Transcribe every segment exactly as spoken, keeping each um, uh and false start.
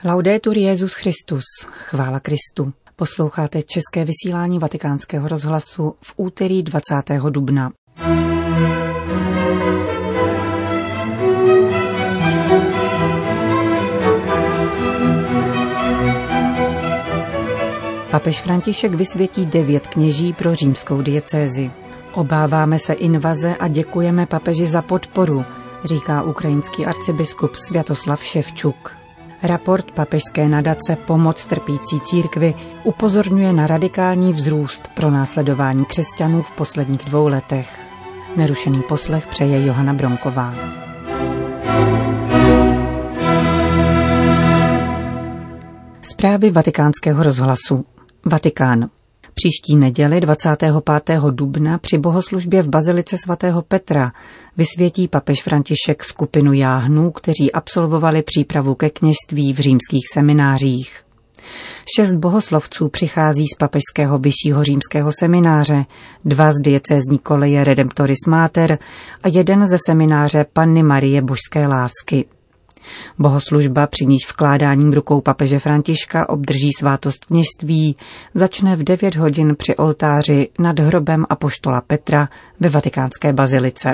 Laudetur Jesus Christus, chvála Kristu. Posloucháte české vysílání Vatikánského rozhlasu v úterý dvacátého dubna. Papež František vysvětí devět kněží pro římskou diecézi. Obáváme se invaze a děkujeme papeži za podporu, říká ukrajinský arcibiskup Sviatoslav Ševčuk. Raport papežské nadace Pomoc trpící církvi upozorňuje na radikální vzrůst pronásledování křesťanů v posledních dvou letech. Nerušený poslech přeje Johana Bronková. Zprávy Vatikánského rozhlasu. Vatikán. Příští neděli dvacátého pátého dubna při bohoslužbě v bazilice svatého Petra vysvětí papež František skupinu jáhnů, kteří absolvovali přípravu ke kněžství v římských seminářích. Šest bohoslovců přichází z papežského vyššího římského semináře, dva z diecézní koleje Redemptoris Mater a jeden ze semináře Panny Marie Božské lásky. Bohoslužba, při níž vkládáním rukou papeže Františka obdrží svátost kněžství, začne v devět hodin při oltáři nad hrobem apoštola Petra ve vatikánské bazilice.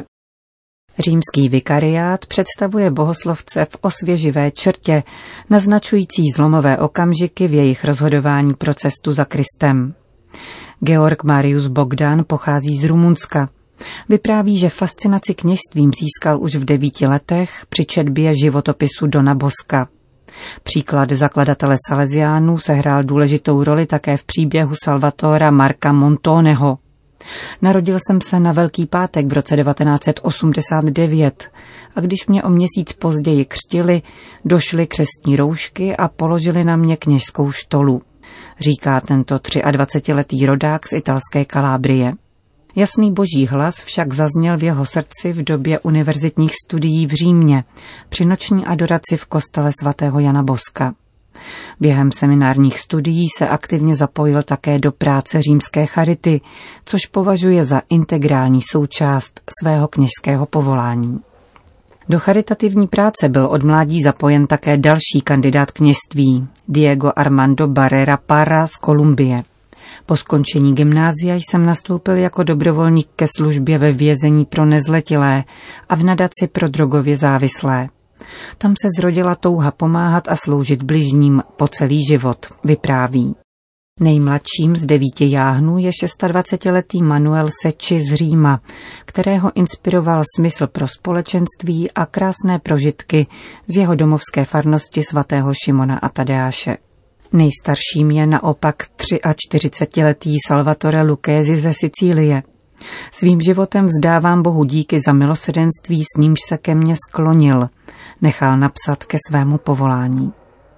Římský vikariát představuje bohoslovce v osvěživé črtě, naznačující zlomové okamžiky v jejich rozhodování pro cestu za Kristem. Georg Marius Bogdan pochází z Rumunska. Vypráví, že fascinaci kněžstvím získal už v devíti letech při četbě životopisu Dona Boska. Příklad zakladatele Salesiánů sehrál důležitou roli také v příběhu Salvatora Marca Montoneho. Narodil jsem se na Velký pátek v roce devatenáct set osmdesát devět a když mě o měsíc později křtili, došly křestní roušky a položili na mě kněžskou štolu, říká tento dvacetiletý rodák z italské Kalábrie. Jasný boží hlas však zazněl v jeho srdci v době univerzitních studií v Římě, při noční adoraci v kostele svatého Jana Boska. Během seminárních studií se aktivně zapojil také do práce římské charity, což považuje za integrální součást svého kněžského povolání. Do charitativní práce byl od mládí zapojen také další kandidát kněžství, Diego Armando Barrera Parra z Kolumbie. Po skončení gymnázia jsem nastoupil jako dobrovolník ke službě ve vězení pro nezletilé a v nadaci pro drogově závislé. Tam se zrodila touha pomáhat a sloužit bližním po celý život, vypráví. Nejmladším z devíti jáhnů je dvacetišestiletý Manuel Secchi z Říma, kterého inspiroval smysl pro společenství a krásné prožitky z jeho domovské farnosti svatého Šimona a Tadeáše. Nejstarším je naopak čtyřicetiletý Salvatore Lucchesi ze Sicílie. Svým životem vzdávám Bohu díky za milosrdenství, s nímž se ke mně sklonil, nechal napsat ke svému povolání.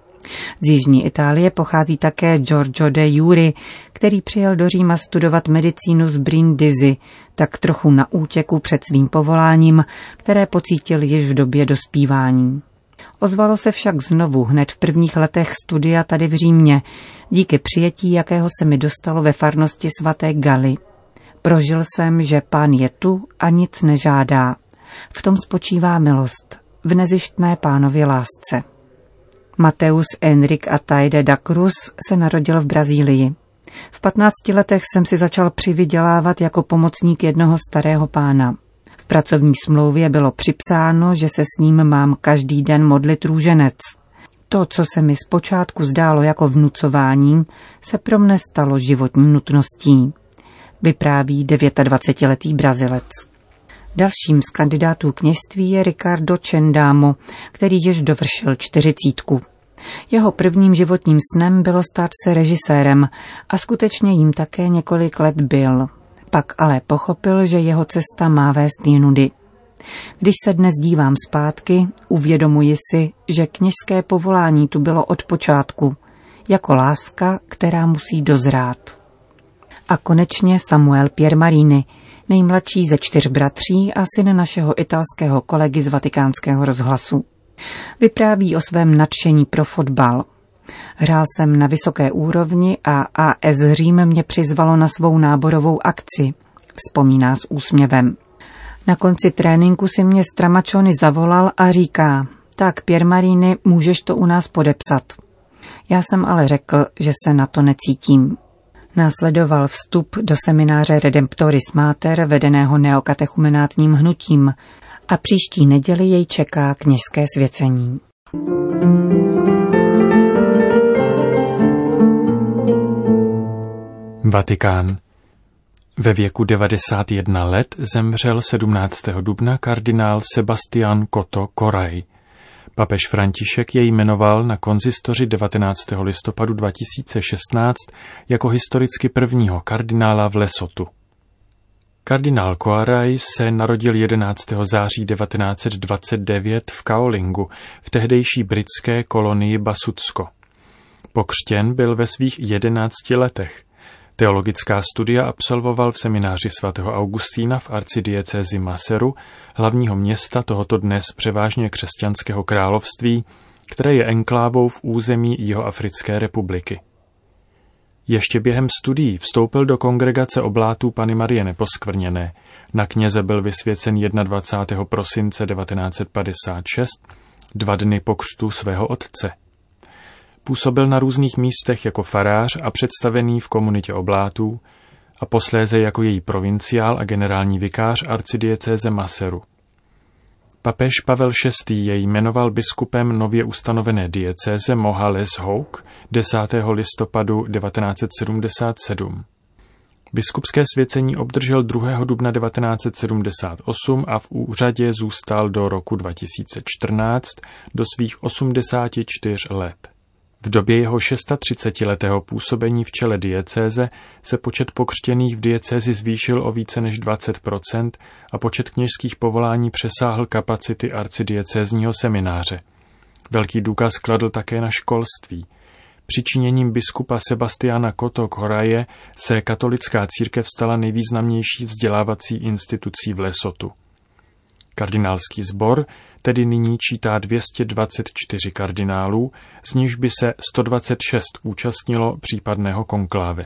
Z jižní Itálie pochází také Giorgio de Juri, který přijel do Říma studovat medicínu z Brindisi, tak trochu na útěku před svým povoláním, které pocítil již v době dospívání. Ozvalo se však znovu hned v prvních letech studia tady v Římě, díky přijetí, jakého se mi dostalo ve farnosti svaté Galy. Prožil jsem, že Pán je tu a nic nežádá. V tom spočívá milost, v nezištné Pánově lásce. Mateus Enrique Ataide da Cruz se narodil v Brazílii. V patnácti letech jsem si začal přivydělávat jako pomocník jednoho starého pána. V pracovní smlouvě bylo připsáno, že se s ním mám každý den modlit růženec. To, co se mi zpočátku zdálo jako vnucování, se pro mne stalo životní nutností, vypráví dvacetidevětiletý Brazilec. Dalším z kandidátů kněžství je Ricardo Cendamo, který již dovršil čtyřicítku. Jeho prvním životním snem bylo stát se režisérem a skutečně jím také několik let byl. Pak ale pochopil, že jeho cesta má vést jinudy. Když se dnes dívám zpátky, uvědomuji si, že kněžské povolání tu bylo od počátku, jako láska, která musí dozrát. A konečně Samuel Piermarini, nejmladší ze čtyř bratří a syn našeho italského kolegy z Vatikánského rozhlasu. Vypráví o svém nadšení pro fotbal. Hrál jsem na vysoké úrovni a A S Řím mě přizvalo na svou náborovou akci, vzpomíná s úsměvem. Na konci tréninku si mě Stramaccioni zavolal a říká: tak, Pier Marini, můžeš to u nás podepsat. Já jsem ale řekl, že se na to necítím. Následoval vstup do semináře Redemptoris Mater, vedeného neokatechumenátním hnutím, a příští neděli jej čeká kněžské svěcení. Vatikán. Ve věku devadesát jedna let zemřel sedmnáctého dubna kardinál Sebastian Cotto Coray. Papež František jej jmenoval na konzistoři devatenáctého listopadu dva tisíce šestnáct jako historicky prvního kardinála v Lesotu. Kardinál Coray se narodil jedenáctého září devatenáct set dvacet devět v Kaolingu, v tehdejší britské kolonii Basutsko. Pokřtěn byl ve svých jedenácti letech. Teologická studia absolvoval v semináři svatého Augustína v arcidiecézi Maseru, hlavního města tohoto dnes převážně křesťanského království, které je enklávou v území Jihoafrické republiky. Ještě během studií vstoupil do kongregace oblátů Panny Marie Neposkvrněné. Na kněze byl vysvěcen dvacátého prvního prosince devatenáct set padesát šest, dva dny po křtu svého otce. Působil na různých místech jako farář a představený v komunitě oblátů a posléze jako její provinciál a generální vikář arcidiecéze Maseru. Papež Pavel šestý jej jmenoval biskupem nově ustanovené diecéze Moha-les-Houk desátého listopadu devatenáct set sedmdesát sedm. Biskupské svěcení obdržel druhého dubna devatenáct set sedmdesát osm a v úřadě zůstal do roku dva tisíce čtrnáct, do svých osmdesáti čtyř let. V době jeho třicetišestiletého působení v čele diecéze se počet pokřtěných v diecézi zvýšil o více než dvacet procent a počet kněžských povolání přesáhl kapacity arcidiecézního semináře. Velký důkaz kladl také na školství. Přičiněním biskupa Sebastiana Cotto Coraye se katolická církev stala nejvýznamnější vzdělávací institucí v Lesotu. Kardinálský sbor tedy nyní čítá dvě stě dvacet čtyři kardinálů, z nichž by se sto dvacet šest účastnilo případného konkláve.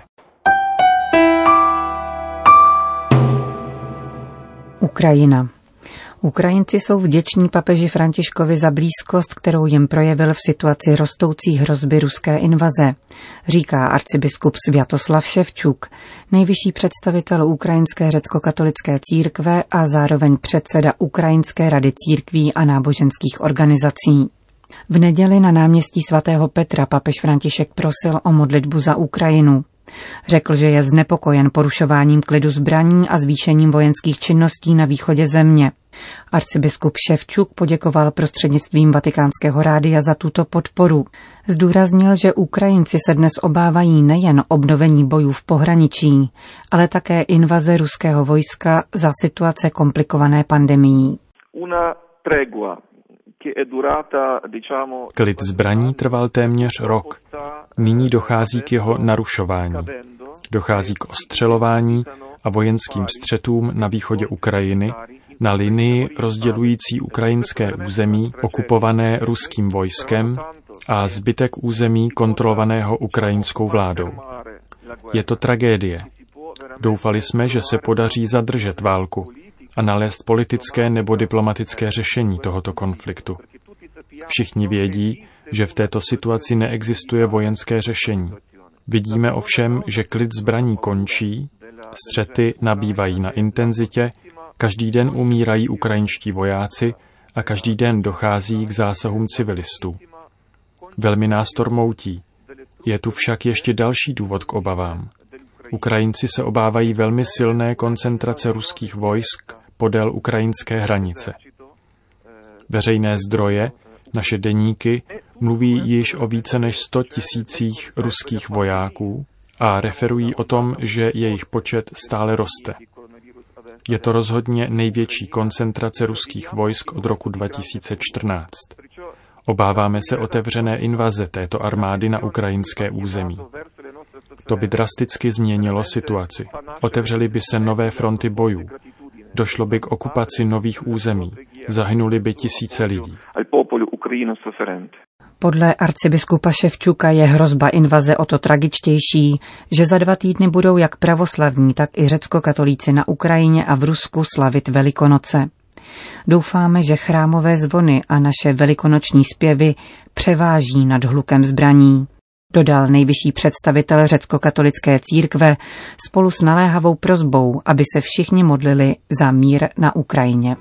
Ukrajina. Ukrajinci jsou vděční papeži Františkovi za blízkost, kterou jim projevil v situaci rostoucí hrozby ruské invaze, říká arcibiskup Sviatoslav Ševčuk, nejvyšší představitel ukrajinské řecko-katolické církve a zároveň předseda Ukrajinské rady církví a náboženských organizací. V neděli na náměstí svatého Petra papež František prosil o modlitbu za Ukrajinu. Řekl, že je znepokojen porušováním klidu zbraní a zvýšením vojenských činností na východě země. Arcibiskup Ševčuk poděkoval prostřednictvím Vatikánského rádia za tuto podporu. Zdůraznil, že Ukrajinci se dnes obávají nejen obnovení bojů v pohraničí, ale také invaze ruského vojska za situace komplikované pandemií. Klid zbraní trval téměř rok. Nyní dochází k jeho narušování. Dochází k ostřelování a vojenským střetům na východě Ukrajiny, na linii rozdělující ukrajinské území okupované ruským vojskem a zbytek území kontrolovaného ukrajinskou vládou. Je to tragédie. Doufali jsme, že se podaří zadržet válku a nalézt politické nebo diplomatické řešení tohoto konfliktu. Všichni vědí, že v této situaci neexistuje vojenské řešení. Vidíme ovšem, že klid zbraní končí, střety nabývají na intenzitě, každý den umírají ukrajinští vojáci a každý den dochází k zásahům civilistů. Velmi nás to rmoutí. Je tu však ještě další důvod k obavám. Ukrajinci se obávají velmi silné koncentrace ruských vojsk podél ukrajinské hranice. Veřejné zdroje, naše deníky, mluví již o více než sto tisících ruských vojáků a referují o tom, že jejich počet stále roste. Je to rozhodně největší koncentrace ruských vojsk od roku dva tisíce čtrnáct. Obáváme se otevřené invaze této armády na ukrajinské území. To by drasticky změnilo situaci. Otevřely by se nové fronty bojů. Došlo by k okupaci nových území. Zahynuli by tisíce lidí. Podle arcibiskupa Ševčuka je hrozba invaze o to tragičtější, že za dva týdny budou jak pravoslavní, tak i řeckokatolíci na Ukrajině a v Rusku slavit Velikonoce. Doufáme, že chrámové zvony a naše velikonoční zpěvy převáží nad hlukem zbraní, dodal nejvyšší představitel řeckokatolické církve spolu s naléhavou prosbou, aby se všichni modlili za mír na Ukrajině.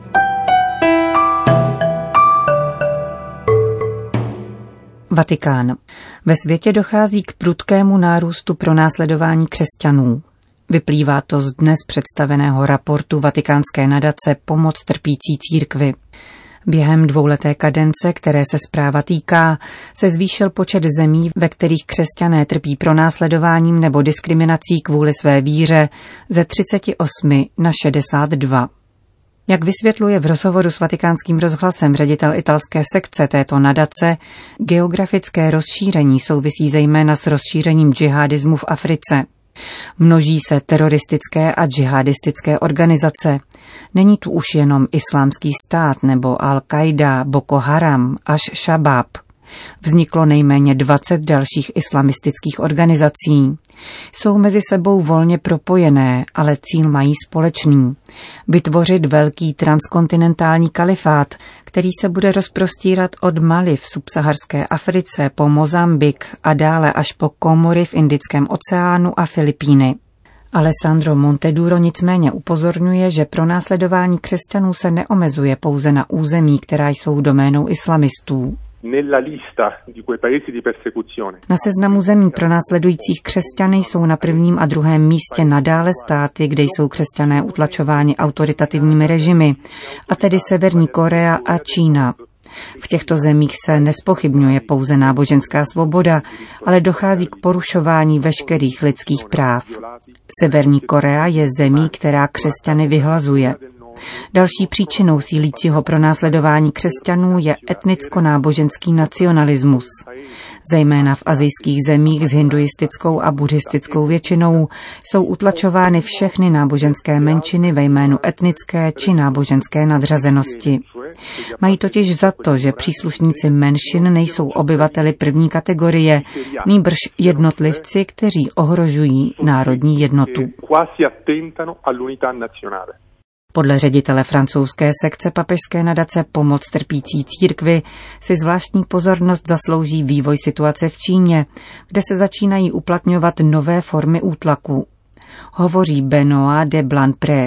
Vatikán. Ve světě dochází k prudkému nárůstu pronásledování křesťanů. Vyplývá to z dnes představeného raportu vatikánské nadace Pomoc trpící církvi. Během dvouleté kadence, které se zpráva týká, se zvýšil počet zemí, ve kterých křesťané trpí pronásledováním nebo diskriminací kvůli své víře, ze třicet osm na šedesát dva. Jak vysvětluje v rozhovoru s Vatikánským rozhlasem ředitel italské sekce této nadace, geografické rozšíření souvisí zejména s rozšířením džihadismu v Africe. Množí se teroristické a džihadistické organizace. Není tu už jenom Islámský stát nebo Al-Qaida, Boko Haram až Šabab. Vzniklo nejméně dvacet dalších islamistických organizací. Jsou mezi sebou volně propojené, ale cíl mají společný. Vytvořit velký transkontinentální kalifát, který se bude rozprostírat od Mali v subsaharské Africe po Mozambik a dále až po Komory v Indickém oceánu a Filipíny. Alessandro Monteduro nicméně upozorňuje, že pronásledování křesťanů se neomezuje pouze na území, která jsou doménou islamistů. Na seznamu zemí pronásledujících křesťany jsou na prvním a druhém místě nadále státy, kde jsou křesťané utlačováni autoritativními režimy, a tedy Severní Korea a Čína. V těchto zemích se nespochybňuje pouze náboženská svoboda, ale dochází k porušování veškerých lidských práv. Severní Korea je zemí, která křesťany vyhlazuje. Další příčinou sílícího pronásledování křesťanů je etnicko-náboženský nacionalismus. Zejména v asijských zemích s hinduistickou a buddhistickou většinou jsou utlačovány všechny náboženské menšiny ve jménu etnické či náboženské nadřazenosti. Mají totiž za to, že příslušníci menšin nejsou obyvateli první kategorie, nýbrž jednotlivci, kteří ohrožují národní jednotu. Podle ředitele francouzské sekce papežské nadace Pomoc trpící církvi si zvláštní pozornost zaslouží vývoj situace v Číně, kde se začínají uplatňovat nové formy útlaku. Hovoří Benoît de Blancpré.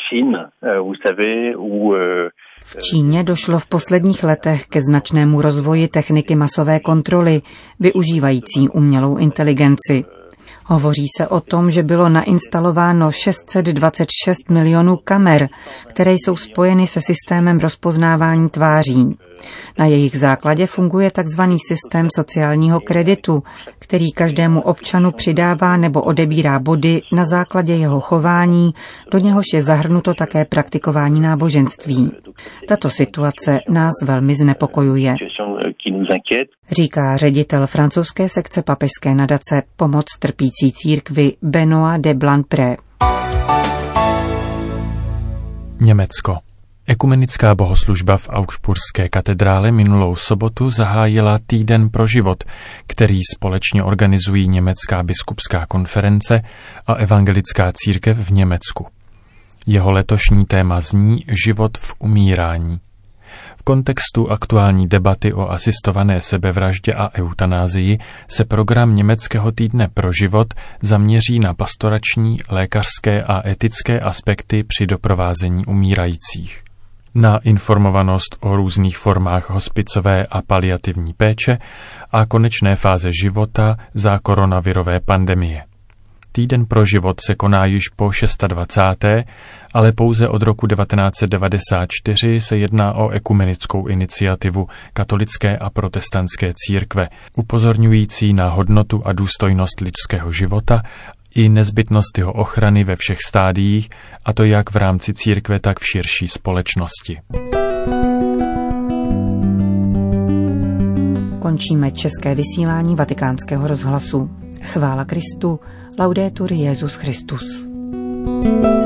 V Číně došlo v posledních letech ke značnému rozvoji techniky masové kontroly, využívající umělou inteligenci. Hovoří se o tom, že bylo nainstalováno šest set dvacet šest milionů kamer, které jsou spojeny se systémem rozpoznávání tváří. Na jejich základě funguje tzv. Systém sociálního kreditu, který každému občanu přidává nebo odebírá body na základě jeho chování, do něhož je zahrnuto také praktikování náboženství. Tato situace nás velmi znepokojuje, říká ředitel francouzské sekce papežské nadace Pomoc trpící církvi Benoît de Blancpré. Německo. Ekumenická bohoslužba v Augsburské katedrále minulou sobotu zahájila Týden pro život, který společně organizují Německá biskupská konference a Evangelická církev v Německu. Jeho letošní téma zní Život v umírání. V kontextu aktuální debaty o asistované sebevraždě a eutanázii se program Německého týdne pro život zaměří na pastorační, lékařské a etické aspekty při doprovázení umírajících. Na informovanost o různých formách hospicové a paliativní péče a konečné fáze života za koronavirové pandemie. Týden pro život se koná již po dvacáté šesté ale pouze od roku devatenáct set devadesát čtyři se jedná o ekumenickou iniciativu katolické a protestantské církve, upozorňující na hodnotu a důstojnost lidského života i nezbytnost jeho ochrany ve všech stádiích, a to jak v rámci církve, tak v širší společnosti. Končíme české vysílání Vatikánského rozhlasu. Chvála Kristu, laudetur Jesus Christus.